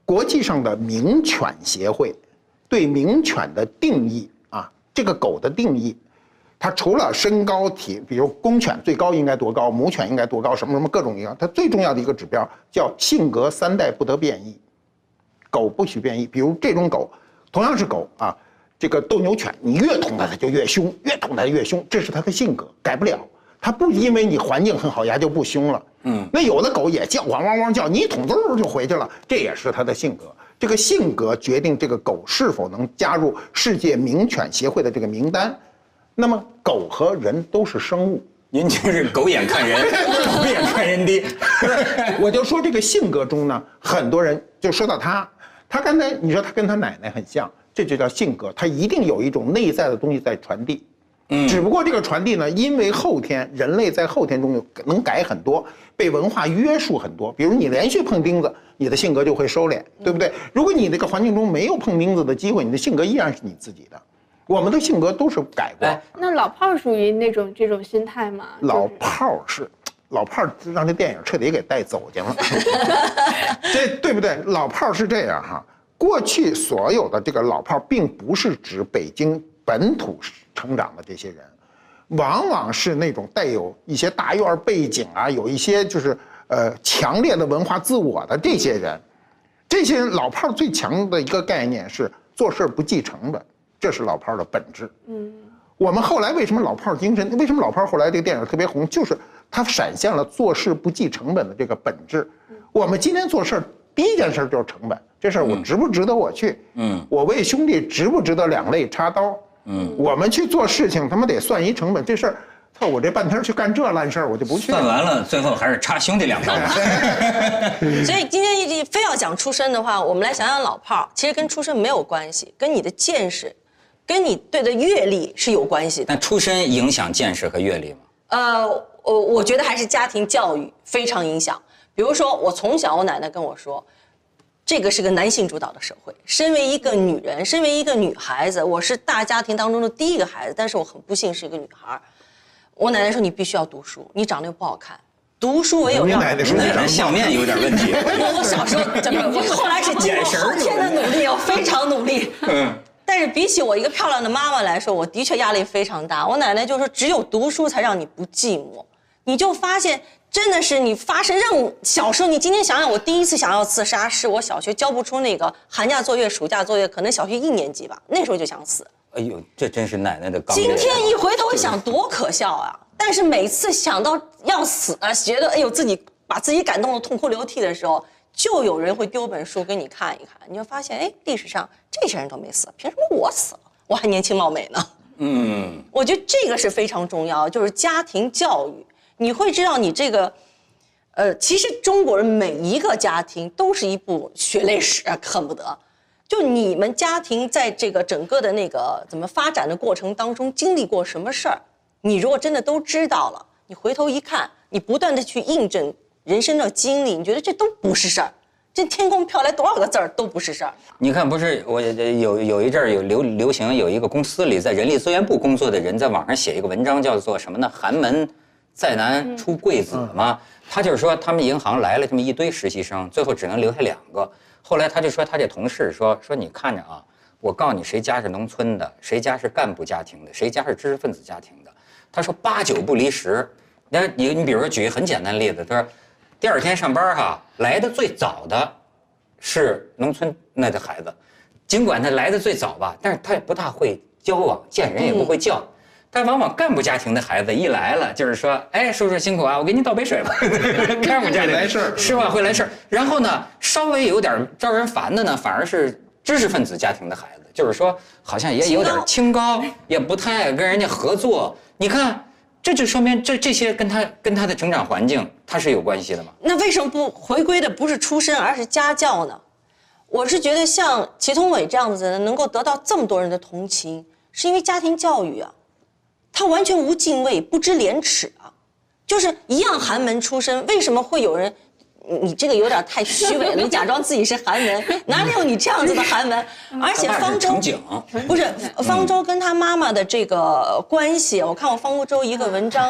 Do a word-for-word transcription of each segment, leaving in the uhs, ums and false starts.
国际上的名犬协会对名犬的定义啊，这个狗的定义，它除了身高体，比如公犬最高应该多高，母犬应该多高，什么什么各种一样，它最重要的一个指标叫性格三代不得变异，狗不许变异。比如这种狗，同样是狗啊，这个斗牛犬，你越捅它它就越凶，越捅它越凶，这是它的性格，改不了。它不因为你环境很好，它就不凶了。嗯，那有的狗也叫，汪汪汪叫，你一捅嗖就回去了，这也是它的性格。这个性格决定这个狗是否能加入世界名犬协会的这个名单。那么，狗和人都是生物， 您就是狗眼看人，狗眼看人低。 我就说这个性格中呢，很多人就说到他，他刚才你说他跟他奶奶很像，这就叫性格，他一定有一种内在的东西在传递。嗯，只不过这个传递呢，因为后天人类在后天中能改很多，被文化约束很多。比如你连续碰钉子，你的性格就会收敛，对不对？如果你这个环境中没有碰钉子的机会，你的性格依然是你自己的。我们的性格都是改过。哎、 那老炮儿属于那种这种心态吗？ 老炮儿是，老炮儿让这电影彻底给带走进了，这对不对？老炮儿是这样哈，过去所有的这个老炮儿，并不是指北京本土成长的这些人，往往是那种带有一些大院背景啊，有一些就是呃强烈的文化自我的这些人。这些人老炮儿最强的一个概念是做事不计成本。这是老炮儿的本质。嗯，我们后来为什么老炮儿精神？为什么老炮儿后来这个电影特别红？就是它闪现了做事不计成本的这个本质。我们今天做事第一件事就是成本，这事儿我值不值得我去？嗯，我为兄弟值不值得两肋插刀？嗯，我们去做事情，他妈得算一成本。这事儿，操，我这半天去干这烂事儿，我就不去。 算完了，最后还是插兄弟两刀。 所以今天一非要讲出身的话，我们来想想老炮儿，其实跟出身没有关系，跟你的见识。跟你对的阅历是有关系的， 但出身影响见识和阅历吗？ 呃，我我觉得还是家庭教育非常影响。比如说，我从小我奶奶跟我说，这个是个男性主导的社会。身为一个女人，身为一个女孩子，我是大家庭当中的第一个孩子，但是我很不幸是一个女孩。我奶奶说你必须要读书，你长得又不好看，读书唯有让奶奶说奶奶相面有点问题。 我小时候真的，我后来是经过后天的努力，我非常努力。嗯。但是比起我一个漂亮的妈妈来说，我的确压力非常大。我奶奶就说，只有读书才让你不寂寞。你就发现，真的是你发生任务。小时候，你今天想想，我第一次想要自杀，是我小学交不出那个寒假作业、暑假作业，可能小学一年级吧，那时候就想死。 哎呦，这真是奶奶的刚烈。 今天一回头想，多可笑啊！但是每次想到要死啊，觉得哎呦自己把自己感动得痛哭流涕的时候，就有人会丢本书给你看一看，你就发现，哎，历史上这些人都没死，凭什么我死了？我还年轻貌美呢。嗯，我觉得这个是非常重要，就是家庭教育，你会知道你这个，呃，其实中国人每一个家庭都是一部血泪史，恨不得，就你们家庭在这个整个的那个怎么发展的过程当中经历过什么事儿，你如果真的都知道了，你回头一看，你不断的去印证人生的经历，你觉得这都不是事儿。这天空飘来多少个字儿都不是事儿。 你看，不是我有有一阵儿有流流行，有一个公司里在人力资源部工作的人在网上写一个文章，叫做什么呢？寒门再难出贵子嘛。他就是说，他们银行来了这么一堆实习生，最后只能留下两个。后来他就说，他这同事说说你看着啊，我告诉你，谁家是农村的，谁家是干部家庭的，谁家是知识分子家庭的。他说八九不离十。那你你比如说举一个很简单的例子，他说。第二天上班哈，来的最早的是农村那的孩子，尽管他来的最早吧，但是他也不大会交往，见人也不会叫。但往往干部家庭的孩子一来了，就是说，哎，叔叔辛苦啊，我给你倒杯水吧。干部家庭来事儿是吧？会来事儿。然后呢，稍微有点招人烦的呢，反而是知识分子家庭的孩子，就是说好像也有点清高，也不太爱跟人家合作。你看。这就说明这这些跟他跟他的成长环境他是有关系的吗？ 那为什么不回归的不是出身，而是家教呢？我是觉得像祁同伟这样子的人能够得到这么多人的同情，是因为家庭教育啊，他完全无敬畏，不知廉耻啊，就是一样寒门出身，为什么会有人？你这个有点太虚伪了，你假装自己是寒门，哪里有你这样子的寒门？而且方舟不是方舟跟他妈妈的这个关系，我看过方舟一个文章，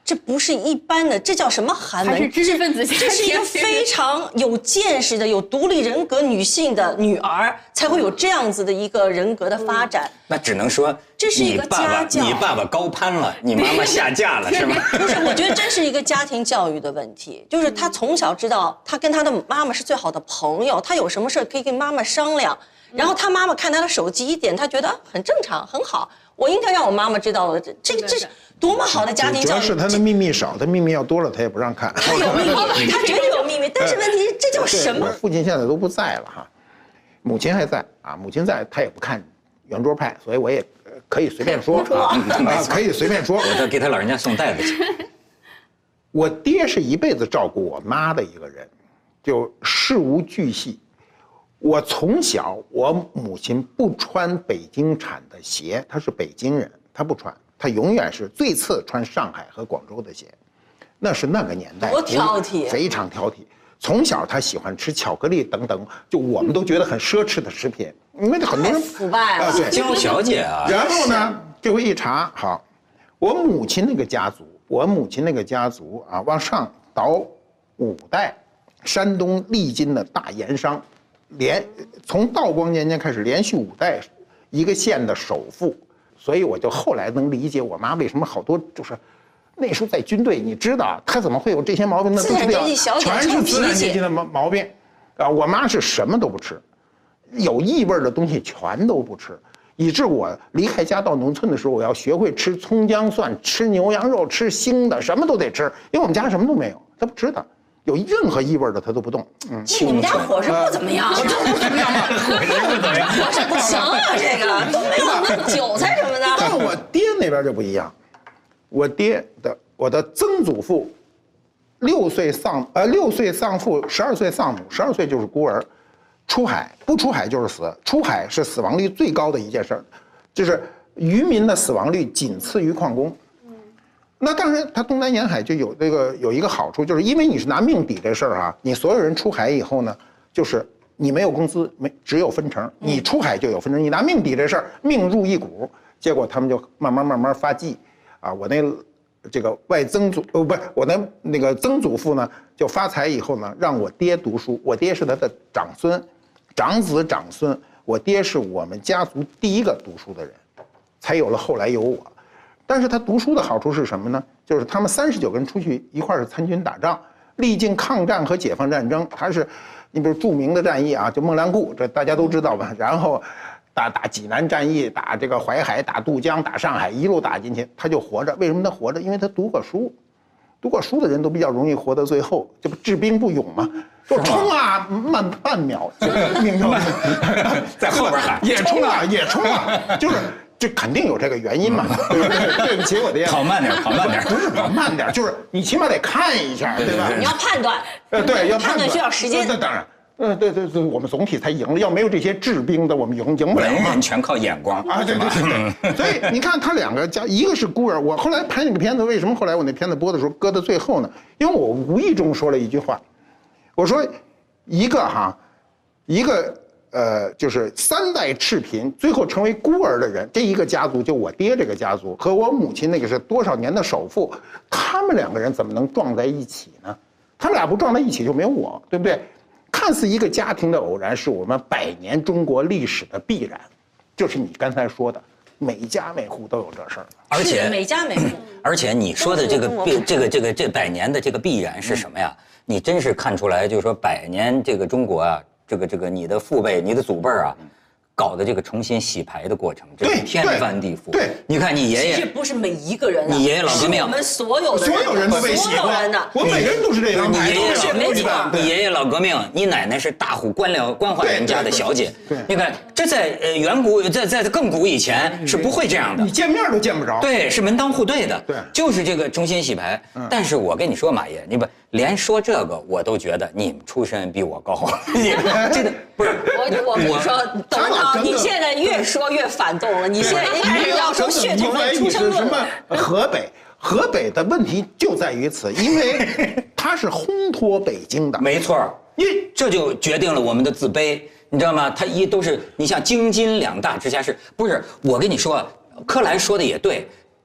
这不是一般的，这叫什么寒门？ 还是知识分子家庭， 这是一个非常有见识的、有独立人格女性的女儿，才会有这样子的一个人格的发展。 那只能说这是一个家教， 你爸爸高攀了，你妈妈下嫁了，是吗？ 不是，我觉得真是一个家庭教育的问题。就是他从小知道，他跟他的妈妈是最好的朋友，他有什么事可以跟妈妈商量。然后他妈妈看他的手机一点，他觉得很正常，很好。我应该让我妈妈知道了，这这这是多么好的家庭教育。 主要是他的秘密少，他秘密要多了，他也不让看。 他有秘密，他绝对有秘密。但是问题是，这叫什么？ 父亲现在都不在了哈，母亲还在啊，母亲在，他也不看圆桌派，所以我也可以随便说啊，可以随便说。 我这给他老人家送袋子去。 我爹是一辈子照顾我妈的一个人，就事无巨细。我从小，我母亲不穿北京产的鞋，她是北京人，她不穿，她永远是最次穿上海和广州的鞋，那是那个年代， 多挑剔， 非常挑剔。从小她喜欢吃巧克力等等，就我们都觉得很奢侈的食品，因为很多人腐败了， 对， 娇小姐啊。 然后呢，这回一查，好，我母亲那个家族，我母亲那个家族啊，往上倒五代，山东历经的大盐商。连从道光年间开始，连续五代一个县的首富，所以我就后来能理解我妈为什么好多就是，那时候在军队，你知道她怎么会有这些毛病？那都是全是资产阶级的毛毛病，啊，我妈是什么都不吃，有异味的东西全都不吃，以致我离开家到农村的时候，我要学会吃葱姜蒜，吃牛羊肉，吃腥的，什么都得吃，因为我们家什么都没有，她不吃的。有任何异味的他都不动。 嗯，你们家伙食不怎么样， 不怎么样吗？ 伙食不怎么样， 伙食不行啊，这个都没有那韭菜什么的。 但我爹那边就不一样，我爹的我的曾祖父，六岁丧呃六岁丧父，十二岁丧母，十二岁就是孤儿，出海不出海就是死，出海是死亡率最高的一件事儿，就是渔民的死亡率仅次于矿工。那当然，他东南沿海就有这个有一个好处，就是因为你是拿命抵这事儿啊，你所有人出海以后呢，就是你没有工资，没只有分成，你出海就有分成，你拿命抵这事儿，命入一股，结果他们就慢慢慢慢发迹，啊，我那这个外曾祖呃不是我那那个曾祖父呢，就发财以后呢，让我爹读书，我爹是他的长孙，长子长孙，我爹是我们家族第一个读书的人，才有了后来有我。但是他读书的好处是什么呢？就是他们三十九个人出去一块儿参军打仗，历经抗战和解放战争。他是，你比如著名的战役啊，就孟良崮，这大家都知道吧？然后打打济南战役，打这个淮海，打渡江，打上海，一路打进去，他就活着。为什么他活着？因为他读过书，读过书的人都比较容易活到最后，这不治兵不勇吗？就冲啊，慢半秒，命中在后边喊也冲啊，也冲啊，就是。这肯定有这个原因嘛，对不对？对不起，我爹。 跑慢点，跑慢点， 不是跑慢点，就是你起码得看一下，对吧？ 你要判断， 呃，对，要判断需要时间。 那当然，呃，对对对，我们总体才赢了，要没有这些治兵的，我们赢赢不了嘛。 文人全靠眼光啊，对对对对。所以你看，他两个家，一个是孤儿。我后来拍那个片子，为什么后来我那片子播的时候搁到最后呢？因为我无意中说了一句话，我说一个哈，一个。呃，就是三代赤贫，最后成为孤儿的人，这一个家族，就我爹这个家族和我母亲那个是多少年的首富，他们两个人怎么能撞在一起呢？他们俩不撞在一起就没有我，对不对？看似一个家庭的偶然，是我们百年中国历史的必然，就是你刚才说的，每家每户都有这事儿， 而且每家每户， 而且你说的这个必这个这个这百年的这个必然是什么呀？你真是看出来，就是说百年这个中国啊。这个这个，你的父辈、你的祖辈啊，搞的这个重新洗牌的过程，这是天翻地覆。 对， 你看你爷爷， 这不是每一个人， 你爷爷老革命， 我们所有的所有人都被洗过，我每个人都是这样。 你爷爷没错， 你爷爷老革命，你奶奶是大户官僚官宦人家的小姐。 对， 你看这在呃远古，在在更古以前是不会这样的， 你见面都见不着。 对，是门当户对的。 对， 就是这个重新洗牌。但是我跟你说，马爷，你不连说这个我都觉得你们出身比我高。你这个不是我，我跟你说，等等啊，你现在越说越反动了。你现在应该是要从血统论、出生论。 什么河北？河北的问题就在于此，因为它是烘托北京的。 没错，因为这就决定了我们的自卑，你知道吗？它一都是你像京津两大直辖市，不是我跟你说，柯蓝说的也对。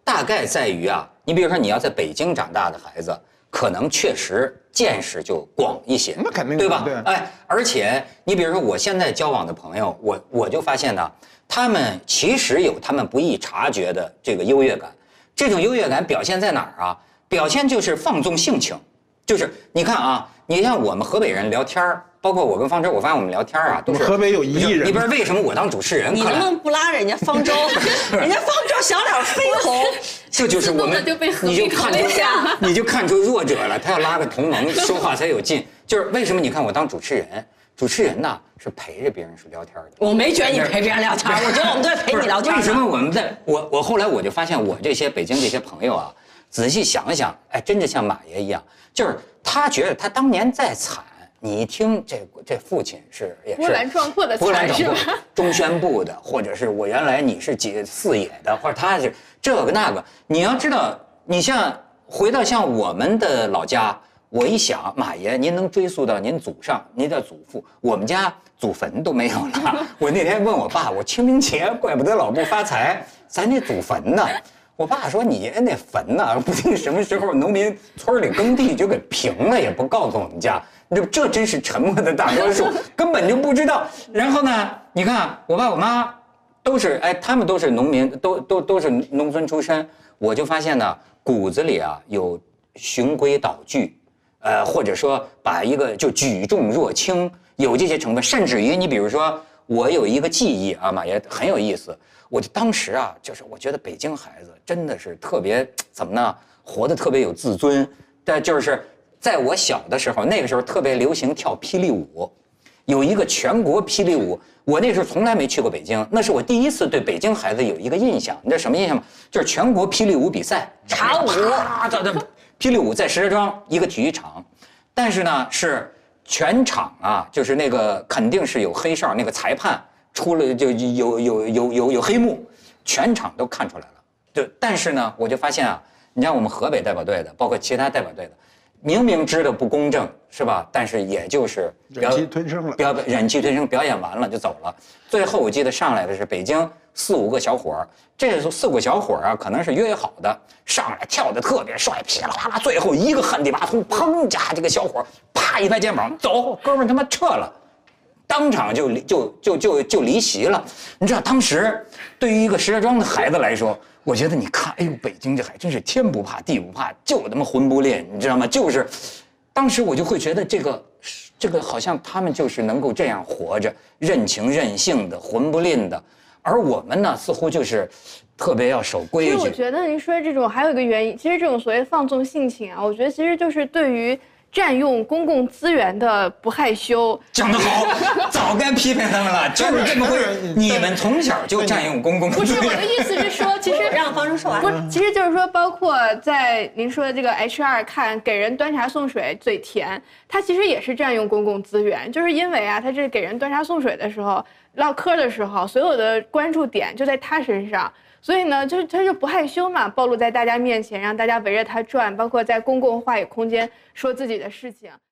大概在于啊，你比如说你要在北京长大的孩子，可能确实见识就广一些， 那肯定对吧？ 对。 哎，而且你比如说我现在交往的朋友，我我就发现呢，他们其实有他们不易察觉的这个优越感。这种优越感表现在哪儿啊？表现就是放纵性情，就是你看啊，你像我们河北人聊天儿。包括我跟方舟，我发现我们聊天啊，都是河北有一亿人。 里边为什么我当主持人？ 你能不能不拉人家方舟？人家方舟小脸绯红， 这就是我们，你就看出你就看出弱者了。他要拉个同盟，说话才有劲。就是为什么你看我当主持人，主持人呢是陪着别人去聊天的。 我没觉得你陪别人聊天，我觉得我们都在陪你聊天。 为什么我们在？我我后来我就发现，我这些北京这些朋友啊，仔细想一想，哎，真的像马爷一样，就是他觉得他当年再惨。你一听这这父亲是也是波澜壮阔的惨是吧？ 中宣部的，或者是我原来你是几四野的，或者他是这个那个。你要知道，你像回到像我们的老家，我一想，马爷您能追溯到您祖上，您的祖父，我们家祖坟都没有了。我那天问我爸，我清明节怪不得老不发财，咱那祖坟呢？我爸说：“你那坟呢，不定什么时候农民村里耕地就给平了，也不告诉我们家。这这真是沉默的大多数，根本就不知道。然后呢，你看我爸我妈都是，哎，他们都是农民，都都都是农村出身。我就发现呢，骨子里啊有循规蹈矩，呃，或者说把一个就举重若轻，有这些成分。甚至于你比如说，我有一个记忆啊，马爷很有意思。”我就当时啊，就是我觉得北京孩子真的是特别怎么呢，活得特别有自尊。但就是在我小的时候，那个时候特别流行跳霹雳舞，有一个全国霹雳舞。我那时候从来没去过北京，那是我第一次对北京孩子有一个印象。你知道什么印象吗？就是全国霹雳舞比赛， 茶舞啊，这这霹雳舞在石家庄一个体育场，但是呢是全场啊，就是那个肯定是有黑哨，那个裁判。出了就有有有有有黑幕，全场都看出来了。对，但是呢，我就发现啊，你像我们河北代表队的，包括其他代表队的，明明知道不公正，是吧？但是也就是忍气吞声了， 表忍气吞声，表演完了就走了。最后我记得上来的是北京四五个小伙儿，这四五个小伙儿啊，可能是约好的，上来跳得特别帅，噼里啪啦，最后一个旱地拔葱，砰家这个小伙儿啪一拍肩膀，走，哥们儿他妈撤了。当场就就就就就离席了，你知道当时对于一个石家庄的孩子来说，我觉得你看，哎呦，北京这还真是天不怕地不怕，就他妈魂不吝，你知道吗？就是，当时我就会觉得这个这个好像他们就是能够这样活着，任情任性的，魂不吝的，而我们呢，似乎就是特别要守规矩。 其实我觉得您说这种还有一个原因，其实这种所谓放纵性情啊，我觉得其实就是对于。占用公共资源的不害羞， 讲得好，早该批评他们了，就是这么回事。你们从小就占用公共资源。 不是，我的意思是说，其实让方舟说完。 不是，其实就是说，包括在您说的这个 H R 看给人端茶送水嘴甜，他其实也是占用公共资源，就是因为啊，他这给人端茶送水的时候，唠嗑的时候，所有的关注点就在他身上。所以呢，就是他就不害羞嘛，暴露在大家面前，让大家围着他转，包括在公共话语空间说自己的事情。